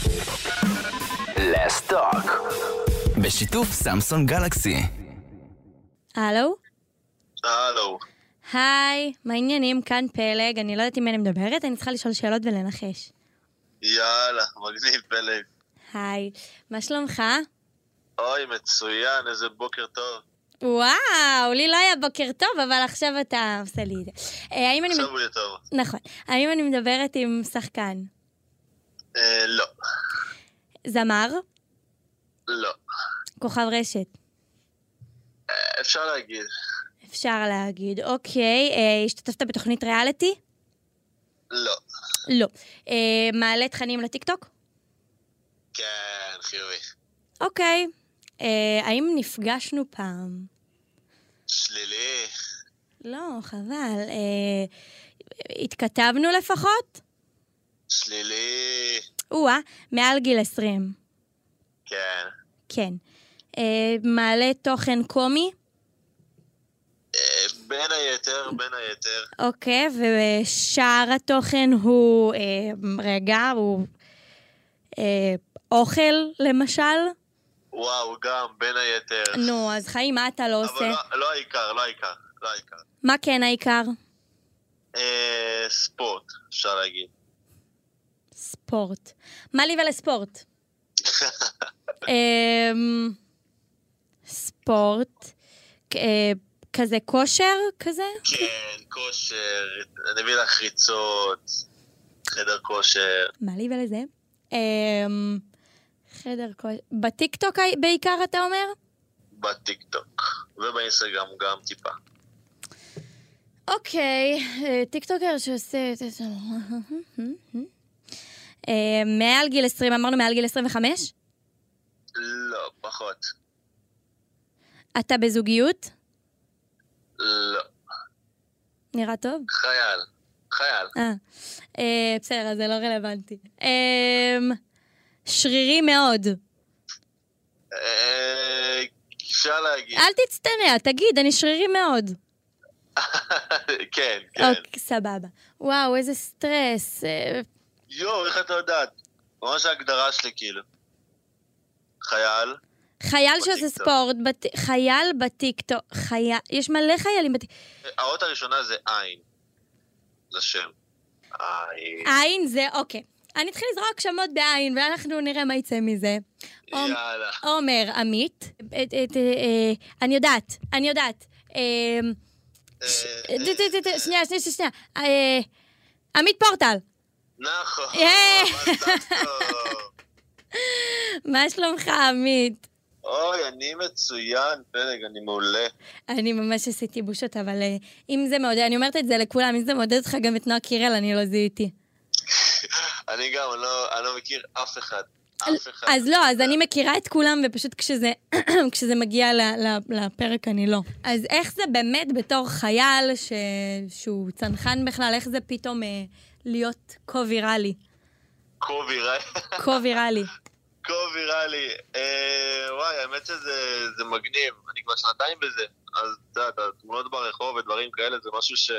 [SPEAKER 3] Let's Talk. בשיתוף סמסונג גלקסי.
[SPEAKER 2] הלו?
[SPEAKER 4] הלו.
[SPEAKER 2] היי, מה העניינים? כאן פלג, אני לא יודעת אם אני מדברת, אני צריכה לשאול שאלות ולנחש.
[SPEAKER 4] יאללה, מגניב פלג.
[SPEAKER 2] היי, מה שלומך?
[SPEAKER 4] אוי, מצוין, איזה בוקר טוב.
[SPEAKER 2] וואו, לי לא היה בוקר טוב, אבל עכשיו אתה עושה לי את זה.
[SPEAKER 4] עכשיו הוא יהיה טוב.
[SPEAKER 2] נכון. האם אני מדברת עם שחקן?
[SPEAKER 4] אה, לא.
[SPEAKER 2] זמר?
[SPEAKER 4] לא.
[SPEAKER 2] כוכב רשת?
[SPEAKER 4] אפשר להגיד.
[SPEAKER 2] אפשר להגיד, אוקיי. השתתפת בתוכנית ריאליטי?
[SPEAKER 4] לא.
[SPEAKER 2] לא. מעלה תכנים לטיקטוק?
[SPEAKER 4] כן, חיובי.
[SPEAKER 2] אוקיי. האם נפגשנו פעם?
[SPEAKER 4] שלילי.
[SPEAKER 2] לא, חבל. התכתבנו לפחות?
[SPEAKER 4] שלילי.
[SPEAKER 2] או-אה, מעל גיל עשרים.
[SPEAKER 4] כן.
[SPEAKER 2] כן. מעלה תוכן קומי?
[SPEAKER 4] בין היתר, בין היתר.
[SPEAKER 2] אוקיי, ושאר התוכן הוא, רגע, הוא אוכל למשל?
[SPEAKER 4] וואו, גם, בין היתר.
[SPEAKER 2] נו, אז חיים, מה אתה לא עושה?
[SPEAKER 4] אבל לא, לא העיקר, לא העיקר, לא העיקר.
[SPEAKER 2] מה כן העיקר?
[SPEAKER 4] אה, ספורט, אפשר להגיד.
[SPEAKER 2] ספורט. מה לי ולספורט? אה, ספורט. אה, כזה כושר, כזה?
[SPEAKER 4] כן, כושר, אני מביא לך ריצות, חדר כושר.
[SPEAKER 2] מה לי ולזה? אה... חדר כושר. בטיקטוק בעיקר אתה אומר?
[SPEAKER 4] בטיקטוק. ובאינסטגרם גם טיפה.
[SPEAKER 2] אוקיי, טיקטוקר שעושה... מעל גיל עשרים, אמרנו מעל גיל עשרים וחמש?
[SPEAKER 4] פחות.
[SPEAKER 2] אתה בזוגיות?
[SPEAKER 4] לא.
[SPEAKER 2] נראה טוב?
[SPEAKER 4] חייל. חייל.
[SPEAKER 2] אה, אה, בסדר, אז זה לא רלוונטי. אה, שרירי מאוד.
[SPEAKER 4] אה, אפשר להגיד.
[SPEAKER 2] אל תצטנע, תגיד, אני שרירי מאוד.
[SPEAKER 4] כן, כן.
[SPEAKER 2] אוקיי, סבבה. וואו, איזה סטרס. אה,
[SPEAKER 4] יו, איך אתה יודעת? ממש ההגדרה שלי, כאילו. חייל.
[SPEAKER 2] חייל שעושה
[SPEAKER 4] בטיקטוק.
[SPEAKER 2] ספורט, בת... חייל בטיקטוק, חייל, יש מלא חיילים בטיקטוק.
[SPEAKER 4] האות הראשונה זה עין. זה שם. עין.
[SPEAKER 2] עין זה, אוקיי. אני אתחיל לזרוק שמות בעין, ואנחנו נראה מה יצא מזה.
[SPEAKER 4] יאללה.
[SPEAKER 2] עומר, עמית, את- את- אה, אני יודעת, אני יודעת. אה, ש-
[SPEAKER 4] אה,
[SPEAKER 2] ת- ת- ת- ת- שנייה, שנייה, שנייה. אה, עמית פורטל,
[SPEAKER 4] נכון.
[SPEAKER 2] אה.
[SPEAKER 4] מזל טוב.
[SPEAKER 2] מה שלומך, עמית?
[SPEAKER 4] אוי, אני מצוין, פלג, אני מעולה.
[SPEAKER 2] אני ממש עשיתי בושות, אבל אה, אם זה מעודד, אני אומרת את זה לכולם, אם זה מעודד אותך גם את נועה קירל, אני לא זיהיתי.
[SPEAKER 4] אני גם, אני לא, אני לא מכיר אף אחד. אף אחד.
[SPEAKER 2] אז לא, אז אני מכירה את כולם, ופשוט כשזה, כשזה מגיע ל, ל, לפרק אני לא. אז איך זה באמת בתור חייל ש, שהוא צנחן בכלל, איך זה פתאום אה, להיות כה ויראלי?
[SPEAKER 4] כה ויראלי.
[SPEAKER 2] כה ויראלי.
[SPEAKER 4] כה ויראלי. אה, וואי, האמת שזה זה מגניב. אני כבר שנתיים בזה. אז אתה יודע, התמונות ברחוב ודברים כאלה, זה משהו ש...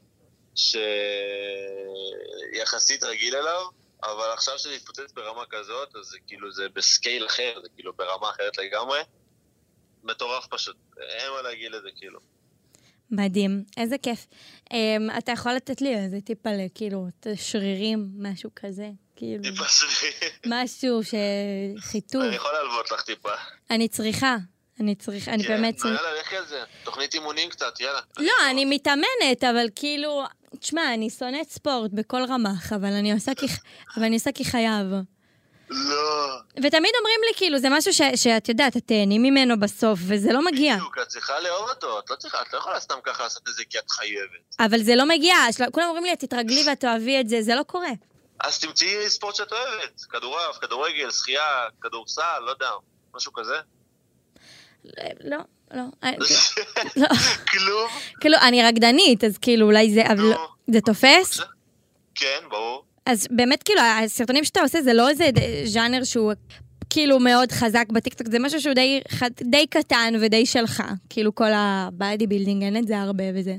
[SPEAKER 4] שיחסית רגיל אליו. אבל עכשיו שזה יתפוצץ ברמה כזאת, אז זה כאילו, זה בסקייל אחר, זה כאילו ברמה אחרת לגמרי. מטורף פשוט. אין מה להגיד לזה, כאילו.
[SPEAKER 2] מדהים, איזה כיף. Um, אתה יכול לתת לי איזה טיפ על, כאילו, שרירים, משהו כזה? כאילו,
[SPEAKER 4] טיפה שלי.
[SPEAKER 2] משהו שחיתוב.
[SPEAKER 4] אני יכול להלוות לך טיפה.
[SPEAKER 2] אני צריכה, אני צריכה, אני באמת
[SPEAKER 4] כן,
[SPEAKER 2] צריכה.
[SPEAKER 4] יאללה, לך על זה. תוכנית אימונים קצת, יאללה.
[SPEAKER 2] לא, אני מתאמנת, אבל כאילו, תשמע, אני שונאת ספורט בכל רמ"ח, אבל אני עושה כי, אבל אני עושה כי חייב.
[SPEAKER 4] לא.
[SPEAKER 2] ותמיד אומרים לי, כאילו, זה משהו ש, שאת יודעת, את תהני ממנו בסוף, וזה לא מגיע.
[SPEAKER 4] בדיוק, את צריכה לאהוב אותו. את לא צריכה, את לא יכולה סתם ככה לעשות את זה כי את חייבת.
[SPEAKER 2] אבל זה לא מגיע, של... כולם אומרים לי, את תתרגלי ואת אוהבי את זה, זה לא קורה.
[SPEAKER 4] אז תמצאי ספורט שאת אוהבת. כדורעף, כדורגל, שחייה, כדורסל, לא יודע, משהו כזה.
[SPEAKER 2] לא, לא. לא.
[SPEAKER 4] כלום?
[SPEAKER 2] כאילו, אני רקדנית, אז כאילו, אולי זה, אבל
[SPEAKER 4] נו.
[SPEAKER 2] לא- זה תופס?
[SPEAKER 4] כן, ברור.
[SPEAKER 2] אז באמת, כאילו, הסרטונים שאתה עושה, זה לא איזה ז'אנר שהוא כאילו מאוד חזק בטיקטוק, זה משהו שהוא די, די קטן ודי שלך. כאילו, כל הבאדי בילדינג, אין את זה הרבה וזה.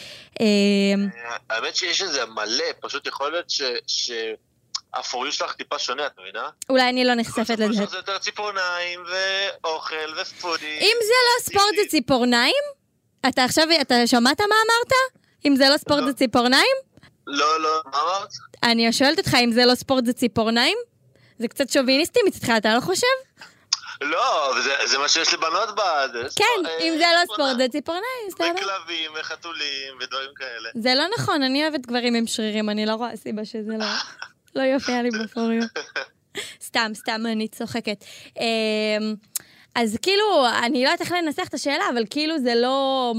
[SPEAKER 4] האמת שיש איזה מלא, פשוט יכול להיות שהפוריו שלך טיפה שונה, את מבינה?
[SPEAKER 2] אולי אני לא נחשפת לזה.
[SPEAKER 4] זה יותר ציפורניים ואוכל ופודים.
[SPEAKER 2] אם זה לא ספורט זה ציפורניים? אתה עכשיו, אתה שמעת מה אמרת? אם זה לא ספורט זה ציפורניים?
[SPEAKER 4] לא, לא, מה אמרת?
[SPEAKER 2] אני שואלת אותך אם זה לא ספורט זה ציפורניים? זה קצת שוביניסטי מצדך, אתה לא חושב?
[SPEAKER 4] לא, זה מה שיש לבנות בה.
[SPEAKER 2] כן, אם זה לא ספורט זה ציפורניים, סתם.
[SPEAKER 4] וכלבים וחתולים ודברים כאלה.
[SPEAKER 2] זה לא נכון, אני אוהבת גברים עם שרירים, אני לא רואה סיבה שזה לא... לא יופיע לי בפוריו. סתם, סתם, אני צוחקת. אז כאילו, אני לא יודעת איך לנסח את השאלה, אבל כאילו זה לא...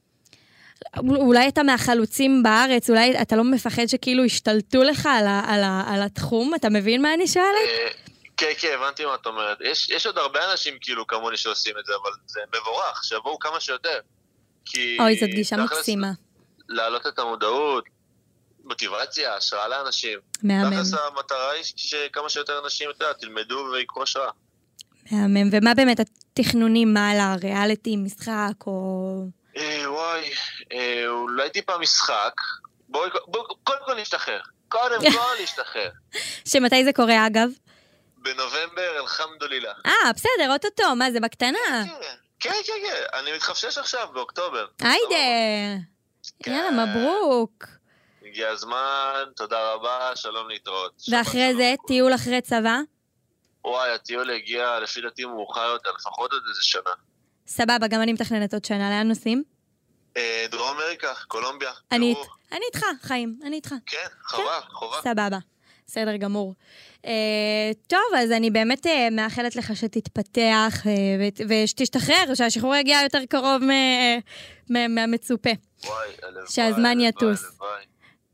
[SPEAKER 2] אולי אתה מהחלוצים בארץ, אולי אתה לא מפחד שכאילו השתלטו לך על, ה, על, ה, על התחום, אתה מבין מה אני שואלת?
[SPEAKER 4] כן, כן, הבנתי מה את אומרת. יש, יש עוד הרבה אנשים כאילו כמוני שעושים את זה, אבל זה מבורך, שיבואו כמה שיותר. כי...
[SPEAKER 2] אוי, זאת גישה מקסימה.
[SPEAKER 4] להעלות את המודעות, מוטיבציה, השראה לאנשים.
[SPEAKER 2] מהמם.
[SPEAKER 4] תכלס המטרה היא שכמה שיותר אנשים תלמדו ויקחו השראה.
[SPEAKER 2] מהמם, ומה באמת התכנונים, מה על הריאליטי, משחק או...
[SPEAKER 4] אה, וואי, אה, אולי טיפה משחק. בואי, בואי, קודם כל נשתחרר. קודם כל נשתחרר.
[SPEAKER 2] שמתי זה קורה אגב?
[SPEAKER 4] בנובמבר, אלחמדולילה.
[SPEAKER 2] אה, בסדר, אוטוטו, מה זה בקטנה?
[SPEAKER 4] כן, כן, כן, אני מתחפשש עכשיו באוקטובר.
[SPEAKER 2] היידה, יאללה, מברוק.
[SPEAKER 4] הגיע הזמן, תודה רבה, שלום להתראות.
[SPEAKER 2] ואחרי זה, טיול אחרי צבא?
[SPEAKER 4] וואי, הטיול הגיע לפי דעתי מאוחר יותר, לפחות עוד איזה שנה.
[SPEAKER 2] סבבה, גם אני מתכננת עוד שנה, לאן נוסעים?
[SPEAKER 4] דרום אמריקה, קולומביה.
[SPEAKER 2] אני איתך, חיים, אני איתך.
[SPEAKER 4] כן, חובה, חובה.
[SPEAKER 2] סבבה, בסדר גמור. טוב, אז אני באמת מאחלת לך שתתפתח ושתשתחרר, שהשחרור יגיע יותר קרוב מהמצופה.
[SPEAKER 4] וואי, הלוואי.
[SPEAKER 2] שהזמן יטוס.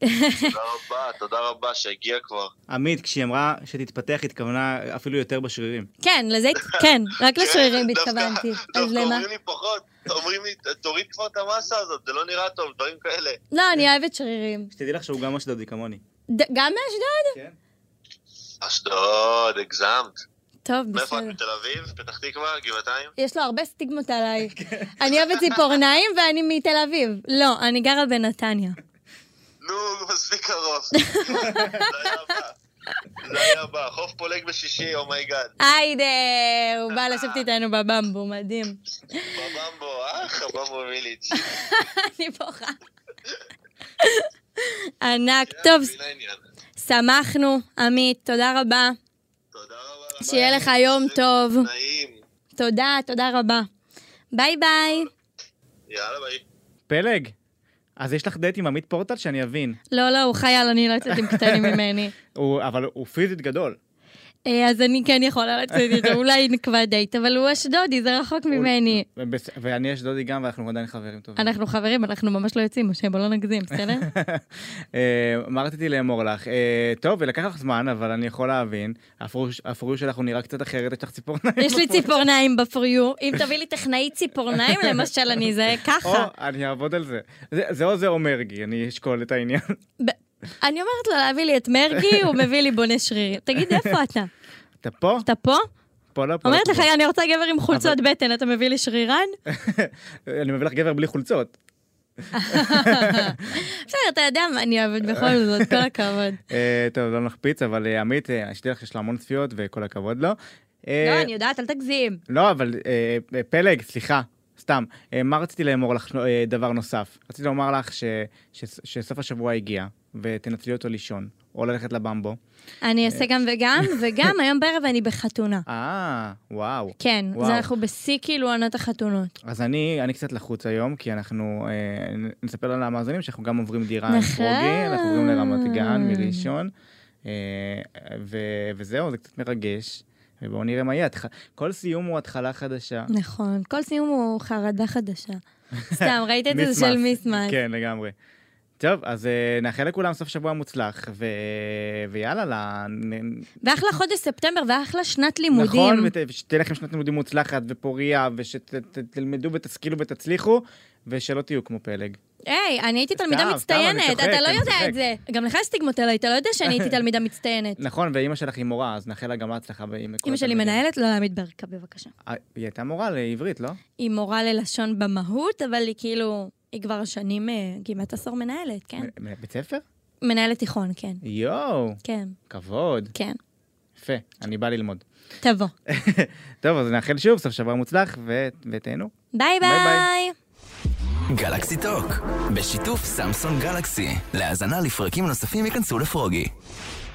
[SPEAKER 4] תודה רבה, תודה רבה שהגיע כבר.
[SPEAKER 1] עמית, כשהיא אמרה שתתפתח, התכוונה אפילו יותר בשרירים.
[SPEAKER 2] כן, לזה, כן, רק לשרירים התכוונתי.
[SPEAKER 4] דווקא אומרים לי פחות, אומרים לי, תוריד כבר את המסה הזאת, זה לא נראה טוב, דברים כאלה.
[SPEAKER 2] לא, אני אוהבת שרירים.
[SPEAKER 1] שתדעי לך שהוא גם אשדודי כמוני.
[SPEAKER 2] גם מאשדוד?
[SPEAKER 1] כן.
[SPEAKER 4] אשדוד, הגזמת.
[SPEAKER 2] טוב,
[SPEAKER 4] מאיפה את
[SPEAKER 2] בסדר.
[SPEAKER 4] בתל אביב? פתח תקווה, גבעתיים?
[SPEAKER 2] יש לו הרבה סטיגמות עליי. אני אוהבת ציפורניים ואני מתל אביב. לא, אני גרה בנתניה.
[SPEAKER 4] נו, מספיק קרוב. זה היה הבא. זה היה הבא. חוף פולג בשישי, אומייגאד.
[SPEAKER 2] היידה, הוא בא לשבת איתנו בבמבו, מדהים.
[SPEAKER 4] בבמבו, אך, בבמבו מיליץ'.
[SPEAKER 2] אני בוכה. ענק, טוב, שמחנו, עמית, תודה רבה.
[SPEAKER 4] תודה רבה.
[SPEAKER 2] שיהיה לך יום טוב.
[SPEAKER 4] נעים.
[SPEAKER 2] תודה, תודה רבה. ביי ביי.
[SPEAKER 4] יאללה, ביי.
[SPEAKER 1] פלג, אז יש לך דייט עם עמית פורטל שאני אבין.
[SPEAKER 2] לא, לא, הוא חייל, אני לא יוצאת עם קטנים ממני.
[SPEAKER 1] הוא, אבל הוא פיזית גדול.
[SPEAKER 2] אז אני כן יכולה לצאת איתו, אולי נקבע דייט, אבל הוא אשדודי, זה רחוק ממני.
[SPEAKER 1] ואני אשדודי גם, ואנחנו עדיין חברים טובים.
[SPEAKER 2] אנחנו חברים, אנחנו ממש לא יוצאים, משה, בוא לא נגזים, בסדר?
[SPEAKER 1] מה רציתי לאמור לך? טוב, ולקח לך זמן, אבל אני יכול להבין, הפוריו שלך הוא נראה קצת אחרת, יש לך ציפורניים.
[SPEAKER 2] יש לי ציפורניים בפוריו, אם תביא לי טכנאי ציפורניים, למשל, אני זה ככה.
[SPEAKER 1] או, אני אעבוד על זה. זה או זה או מרגי, אני אשקול את העניין.
[SPEAKER 2] אני אומרת לו להביא לי את מרגי, הוא מביא לי בונה שריר. תגיד, איפה אתה?
[SPEAKER 1] אתה פה?
[SPEAKER 2] אתה פה?
[SPEAKER 1] פה לא פה.
[SPEAKER 2] אומרת לך, אני רוצה גבר עם חולצות בטן, אתה מביא לי שרירן?
[SPEAKER 1] אני מביא לך גבר בלי חולצות.
[SPEAKER 2] בסדר, אתה יודע מה אני אוהבת בכל זאת, כל הכבוד.
[SPEAKER 1] טוב, לא נחפיץ, אבל עמית, אני שתהיה לך שיש לה המון צפיות, וכל הכבוד לו.
[SPEAKER 2] לא, אני יודעת, אל תגזים.
[SPEAKER 1] לא, אבל פלג, סליחה. סתם, מה רציתי לאמור לך דבר נוסף? רציתי לומר לך שסוף השבוע הגיע, ותנצלי אותו לישון, או ללכת לבמבו.
[SPEAKER 2] אני אעשה גם וגם, וגם היום בערב אני בחתונה.
[SPEAKER 1] אה, וואו.
[SPEAKER 2] כן, אז אנחנו בשיא כאילו עונת החתונות.
[SPEAKER 1] אז אני קצת לחוץ היום, כי אנחנו נספר על המאזינים שאנחנו גם עוברים דירה עם פרוגי, אנחנו עוברים לרמת גן, מראשון, וזהו, זה קצת מרגש. ובואו נראה מה יהיה. כל סיום הוא התחלה חדשה.
[SPEAKER 2] נכון, כל סיום הוא חרדה חדשה. סתם, ראית את זה של מיסמס.
[SPEAKER 1] כן, לגמרי. טוב, אז נאחל לכולם סוף שבוע מוצלח, ויאללה.
[SPEAKER 2] ואחלה חודש ספטמבר, ואחלה שנת לימודים.
[SPEAKER 1] נכון, ושתהיה לכם שנת לימודים מוצלחת ופוריה, ושתלמדו ותשכילו ותצליחו, ושלא תהיו כמו פלג.
[SPEAKER 2] היי, אני הייתי תלמידה מצטיינת, אתה לא יודע את זה. גם לך סטיגמות אליי, אתה לא יודע שאני הייתי תלמידה מצטיינת.
[SPEAKER 1] נכון, ואמא שלך היא מורה, אז נאחל לה גם הצלחה.
[SPEAKER 2] אמא שלי מנהלת, לא להעמיד ברכה, בבקשה.
[SPEAKER 1] היא הייתה מורה לעברית, לא?
[SPEAKER 2] היא מורה ללשון במהות, אבל היא כאילו, היא כבר שנים, כמעט עשור מנהלת, כן.
[SPEAKER 1] בית ספר?
[SPEAKER 2] מנהלת תיכון, כן.
[SPEAKER 1] יואו.
[SPEAKER 2] כן.
[SPEAKER 1] כבוד.
[SPEAKER 2] כן.
[SPEAKER 1] יפה, אני בא ללמוד.
[SPEAKER 2] תבוא.
[SPEAKER 1] טוב, אז נאחל שוב, סוף שבוע מוצלח, ותהנו.
[SPEAKER 2] ביי ביי.
[SPEAKER 3] גלקסי טוק, בשיתוף סמסונג גלקסי. להאזנה לפרקים נוספים ייכנסו לפרוגי.